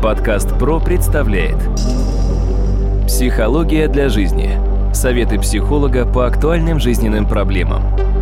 Подкаст ПРО представляет «Психология для жизни». Советы психолога по актуальным жизненным проблемам.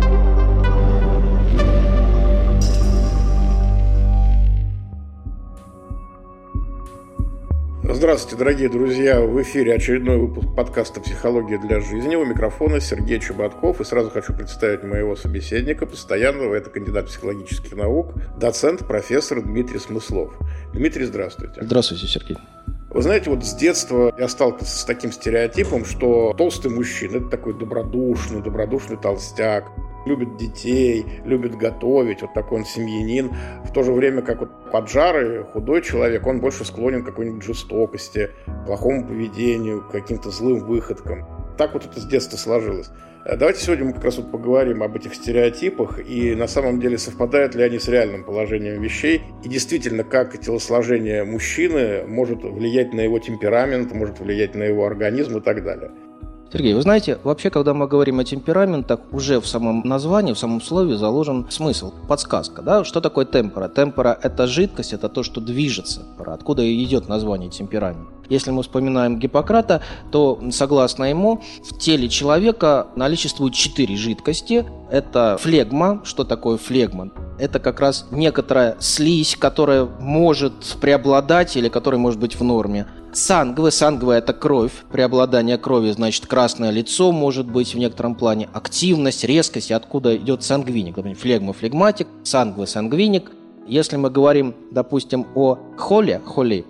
Здравствуйте, дорогие друзья! В эфире очередной выпуск подкаста «Психология для жизни». У микрофона Сергей Чеботков. И сразу хочу представить моего собеседника, постоянного. Это кандидат психологических наук, доцент, профессор Дмитрий Смыслов. Дмитрий, здравствуйте. Здравствуйте, Сергей. Вы знаете, вот с детства я сталкивался с таким стереотипом, что толстый мужчина – это такой добродушный толстяк, любит детей, любит готовить, вот такой он семьянин. В то же время, как вот поджарый, худой человек, он больше склонен к какой-нибудь жестокости, плохому поведению, к каким-то злым выходкам. Так вот это с детства сложилось. Давайте сегодня мы как раз вот поговорим об этих стереотипах и на самом деле совпадают ли они с реальным положением вещей и действительно как телосложение мужчины может влиять на его темперамент, может влиять на его организм и так далее. Сергей, вы знаете, вообще, когда мы говорим о темпераментах, уже в самом названии, в самом слове заложен смысл, подсказка. Да? Что такое темпора? Темпора – это жидкость, это то, что движется. Откуда идет название темперамент? Если мы вспоминаем Гиппократа, то, согласно ему, в теле человека наличествует 4 жидкости. Это флегма. Что такое флегма? Это как раз некоторая слизь, которая может преобладать или которая может быть в норме. Сангве – это кровь, преобладание крови, значит, красное лицо может быть в некотором плане, активность, резкость, откуда идет сангвиник, например, флегма – флегматик, сангве – сангвиник. Если мы говорим, допустим, о холе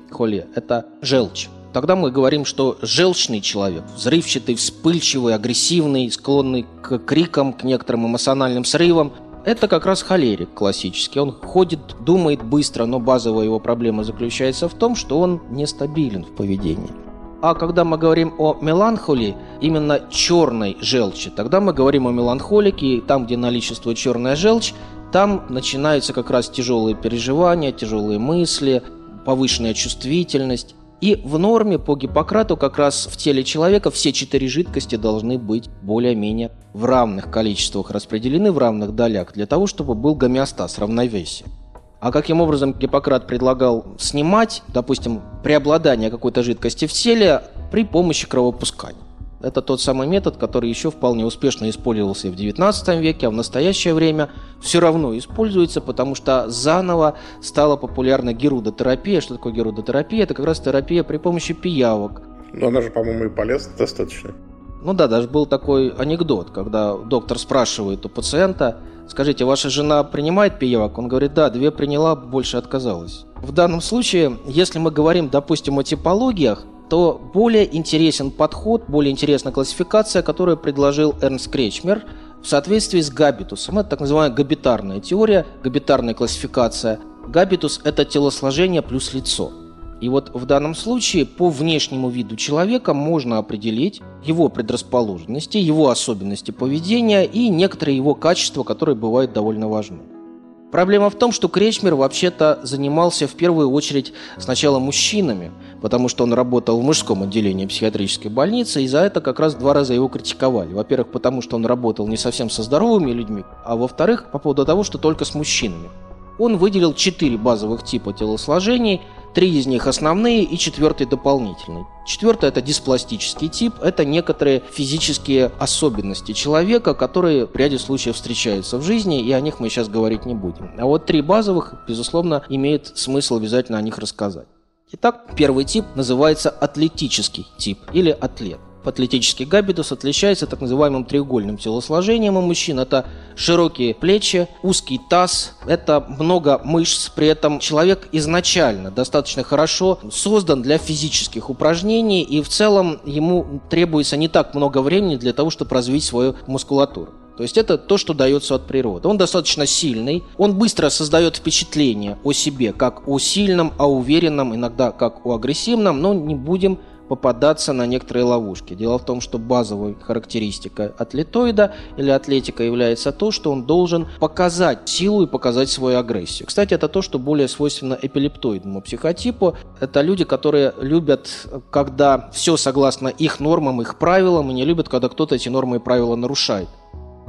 – это желчь, тогда мы говорим, что желчный человек, взрывчатый, вспыльчивый, агрессивный, склонный к крикам, к некоторым эмоциональным срывам, это как раз холерик классический. Он ходит, думает быстро, но базовая его проблема заключается в том, что он нестабилен в поведении. А когда мы говорим о меланхолии, именно черной желчи, тогда мы говорим о меланхолике, и там, где наличествует черная желчь, там начинаются как раз тяжелые переживания, тяжелые мысли, повышенная чувствительность. И в норме по Гиппократу как раз в теле человека все 4 жидкости должны быть более-менее в равных количествах распределены, в равных долях, для того, чтобы был гомеостаз, равновесие. А каким образом Гиппократ предлагал снимать, допустим, преобладание какой-то жидкости в теле при помощи кровопускания? Это тот самый метод, который еще вполне успешно использовался и в XIX веке, а в настоящее время все равно используется, потому что заново стала популярна герудотерапия. Что такое герудотерапия? Это как раз терапия при помощи пиявок. Но она же, по-моему, и полезна достаточно. Ну да, даже был такой анекдот, когда доктор спрашивает у пациента: скажите, ваша жена принимает пиявок? Он говорит: да, 2 приняла, больше отказалась. В данном случае, если мы говорим, допустим, о типологиях, то более интересен подход, более интересна классификация, которую предложил Эрнст Кречмер в соответствии с габитусом. Это так называемая габитарная теория, габитарная классификация. Габитус – это телосложение плюс лицо. И вот в данном случае по внешнему виду человека можно определить его предрасположенности, его особенности поведения и некоторые его качества, которые бывают довольно важны. Проблема в том, что Кречмер вообще-то занимался в первую очередь сначала мужчинами, потому что он работал в мужском отделении психиатрической больницы, и за это как раз 2 раза его критиковали. Во-первых, потому что он работал не совсем со здоровыми людьми, а во-вторых, по поводу того, что только с мужчинами. Он выделил 4 базовых типа телосложений, 3 из них основные и 4-й дополнительный. 4-й – это диспластический тип, это некоторые физические особенности человека, которые в ряде случаев встречаются в жизни, и о них мы сейчас говорить не будем. А вот 3 базовых, безусловно, имеет смысл обязательно о них рассказать. Итак, первый тип называется атлетический тип или атлет. Атлетический габитус отличается так называемым треугольным телосложением у мужчин. Это широкие плечи, узкий таз, это много мышц. При этом человек изначально достаточно хорошо создан для физических упражнений, и в целом ему требуется не так много времени для того, чтобы развить свою мускулатуру. То есть это то, что дается от природы. Он достаточно сильный, он быстро создает впечатление о себе как о сильном, о уверенном, иногда как о агрессивном, но не будем попадаться на некоторые ловушки. Дело в том, что базовой характеристикой атлетоида или атлетика является то, что он должен показать силу и показать свою агрессию. Кстати, это то, что более свойственно эпилептоидному психотипу. Это люди, которые любят, когда все согласно их нормам, их правилам, и не любят, когда кто-то эти нормы и правила нарушает.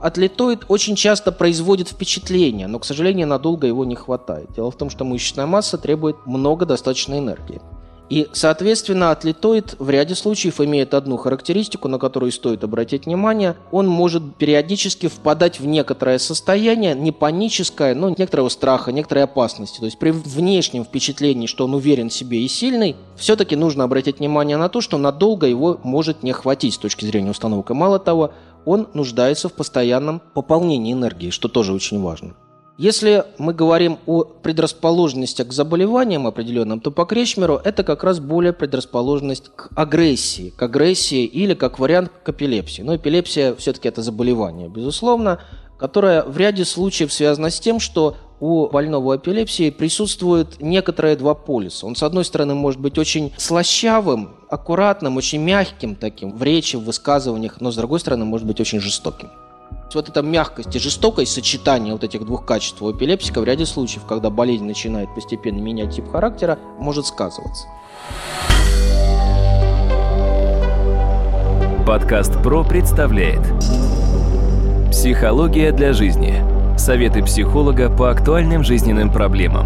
Атлетоид очень часто производит впечатление, но, к сожалению, надолго его не хватает. Дело в том, что мышечная масса требует много достаточной энергии. И, соответственно, атлетоид в ряде случаев имеет одну характеристику, на которую стоит обратить внимание. Он может периодически впадать в некоторое состояние, не паническое, но некоторого страха, некоторой опасности. То есть при внешнем впечатлении, что он уверен в себе и сильный, все-таки нужно обратить внимание на то, что надолго его может не хватить с точки зрения установок. И мало того, он нуждается в постоянном пополнении энергии, что тоже очень важно. Если мы говорим о предрасположенности к заболеваниям определенным, то по Кретschmerу это как раз более предрасположенность к агрессии или, как вариант, к эпилепсии. Но эпилепсия все-таки это заболевание, безусловно, которое в ряде случаев связано с тем, что у больного эпилепсии присутствует некоторые два полюса. Он, с одной стороны, может быть очень слащавым, аккуратным, очень мягким таким в речи, в высказываниях, но, с другой стороны, может быть очень жестоким. Вот эта мягкость и жестокость, сочетание вот этих двух качеств у эпилептика в ряде случаев, когда болезнь начинает постепенно менять тип характера, может сказываться. Подкаст ПРО представляет «Психология для жизни». Советы психолога по актуальным жизненным проблемам.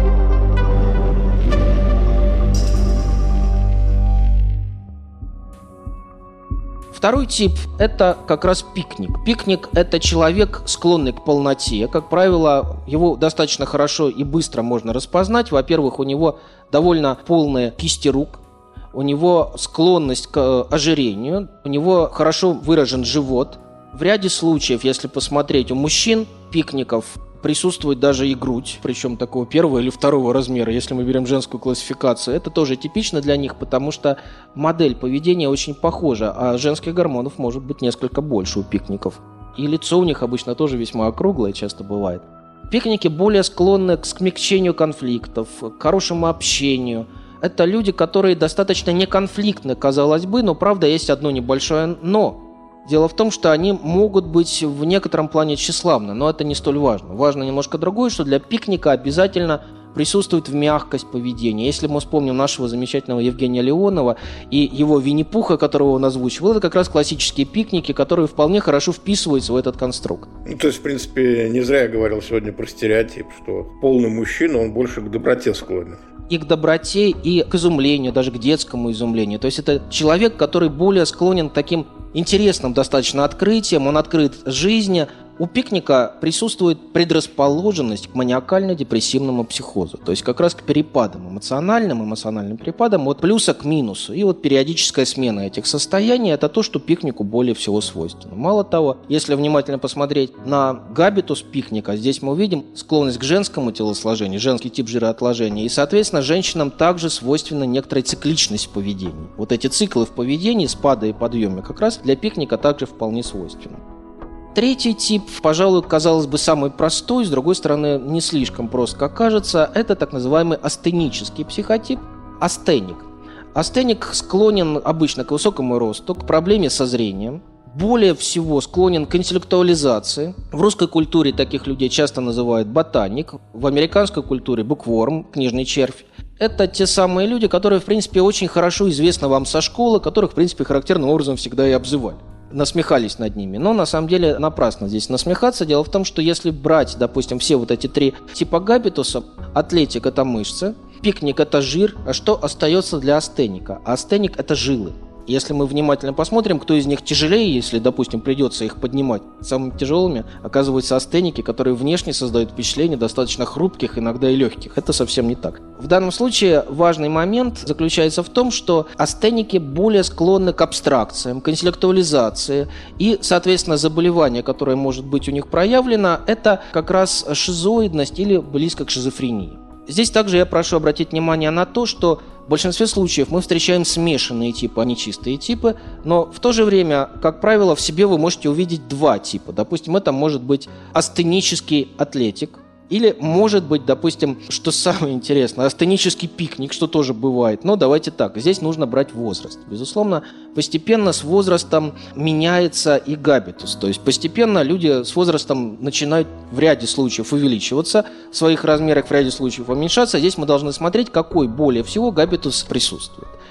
Второй тип – это как раз пикник. Пикник – это человек, склонный к полноте. Как правило, его достаточно хорошо и быстро можно распознать. Во-первых, у него довольно полные кисти рук, у него склонность к ожирению, у него хорошо выражен живот. В ряде случаев, если посмотреть, у мужчин пикников присутствует даже и грудь, причем такого первого или второго размера, если мы берем женскую классификацию. Это тоже типично для них, потому что модель поведения очень похожа, а женских гормонов может быть несколько больше у пикников. И лицо у них обычно тоже весьма округлое, часто бывает. Пикники более склонны к смягчению конфликтов, к хорошему общению. Это люди, которые достаточно неконфликтны, казалось бы, но, правда, есть одно небольшое «но». Дело в том, что они могут быть в некотором плане тщеславны, но это не столь важно. Важно немножко другое, что для пикника обязательно присутствует мягкость поведения. Если мы вспомним нашего замечательного Евгения Леонова и его Винни-Пуха, которого он озвучивал, это как раз классические пикники, которые вполне хорошо вписываются в этот конструкт. То есть, в принципе, не зря я говорил сегодня про стереотип, что полный мужчина, он больше к доброте склонен. И к доброте, и к изумлению, даже к детскому изумлению. То есть это человек, который более склонен к таким интересным достаточно открытиям, он открыт жизни. У пикника присутствует предрасположенность к маниакально-депрессивному психозу, то есть как раз к перепадам, эмоциональным перепадам от плюса к минусу. И вот периодическая смена этих состояний – это то, что пикнику более всего свойственно. Мало того, если внимательно посмотреть на габитус пикника, здесь мы увидим склонность к женскому телосложению, женский тип жироотложения, и, соответственно, женщинам также свойственна некоторая цикличность в поведении. Вот эти циклы в поведении, спады и подъемы, как раз для пикника также вполне свойственны. Третий тип, пожалуй, казалось бы, самый простой, с другой стороны, не слишком прост, как кажется, это так называемый астенический психотип, астеник. Астеник склонен обычно к высокому росту, к проблеме со зрением, более всего склонен к интеллектуализации. В русской культуре таких людей часто называют ботаник, в американской культуре букворм, книжный червь. Это те самые люди, которые, в принципе, очень хорошо известны вам со школы, которых, в принципе, характерным образом всегда и обзывали. Насмехались над ними. Но на самом деле напрасно здесь насмехаться. Дело в том, что если брать, допустим, все вот эти три типа габитуса, атлетик – это мышцы, пикник – это жир, а что остается для астеника? А астеник – это жилы. Если мы внимательно посмотрим, кто из них тяжелее, если, допустим, придется их поднимать, самыми тяжелыми оказываются астеники, которые внешне создают впечатление достаточно хрупких, иногда и легких. Это совсем не так. В данном случае важный момент заключается в том, что астеники более склонны к абстракциям, к интеллектуализации, и, соответственно, заболевание, которое может быть у них проявлено, это как раз шизоидность или близко к шизофрении. Здесь также я прошу обратить внимание на то, что в большинстве случаев мы встречаем смешанные типы, а не чистые типы, но в то же время, как правило, в себе вы можете увидеть два типа. Допустим, это может быть астенический атлетик, или может быть, допустим, что самое интересное, астенический пикник, что тоже бывает. Но давайте так, здесь нужно брать возраст. Безусловно, постепенно с возрастом меняется и габитус. То есть постепенно люди с возрастом начинают в ряде случаев увеличиваться, в своих размерах в ряде случаев уменьшаться. Здесь мы должны смотреть, какой более всего габитус присутствует.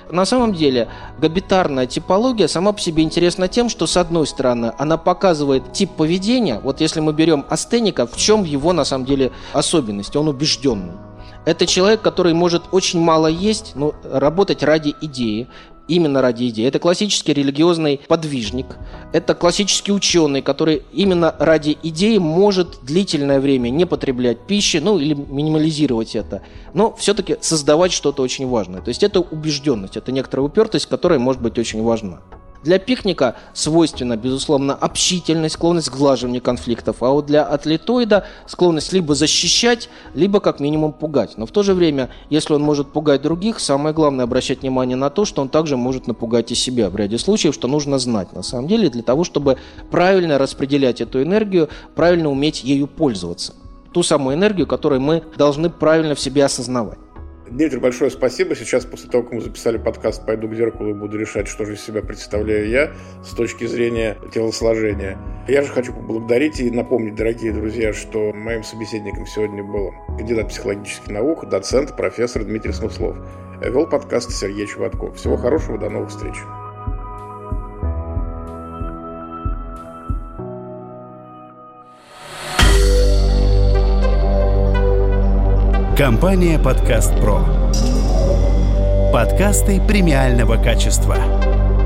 На самом деле, габитарная типология сама по себе интересна тем, что, с одной стороны, она показывает тип поведения. Вот если мы берем астеника, в чем его, на самом деле, особенность? Он убежденный. Это человек, который может очень мало есть, но работать ради идеи. Именно ради идеи. Это классический религиозный подвижник. Это классический ученый, который именно ради идеи может длительное время не потреблять пищи, или минимализировать это, но все-таки создавать что-то очень важное. То есть это убежденность, это некоторая упертость, которая может быть очень важна. Для пикника свойственна, безусловно, общительность, склонность к сглаживанию конфликтов, а вот для атлетоида склонность либо защищать, либо как минимум пугать. Но в то же время, если он может пугать других, самое главное обращать внимание на то, что он также может напугать и себя в ряде случаев, что нужно знать на самом деле для того, чтобы правильно распределять эту энергию, правильно уметь ею пользоваться. Ту самую энергию, которую мы должны правильно в себе осознавать. Дмитрий, большое спасибо. Сейчас, после того, как мы записали подкаст, пойду к зеркалу и буду решать, что же из себя представляю я с точки зрения телосложения. Я же хочу поблагодарить и напомнить, дорогие друзья, что моим собеседником сегодня был кандидат психологических наук, доцент, профессор Дмитрий Смыслов. Вел подкаст Сергей Чеботков. Всего хорошего, до новых встреч. Компания «Подкаст Про». Подкасты премиального качества.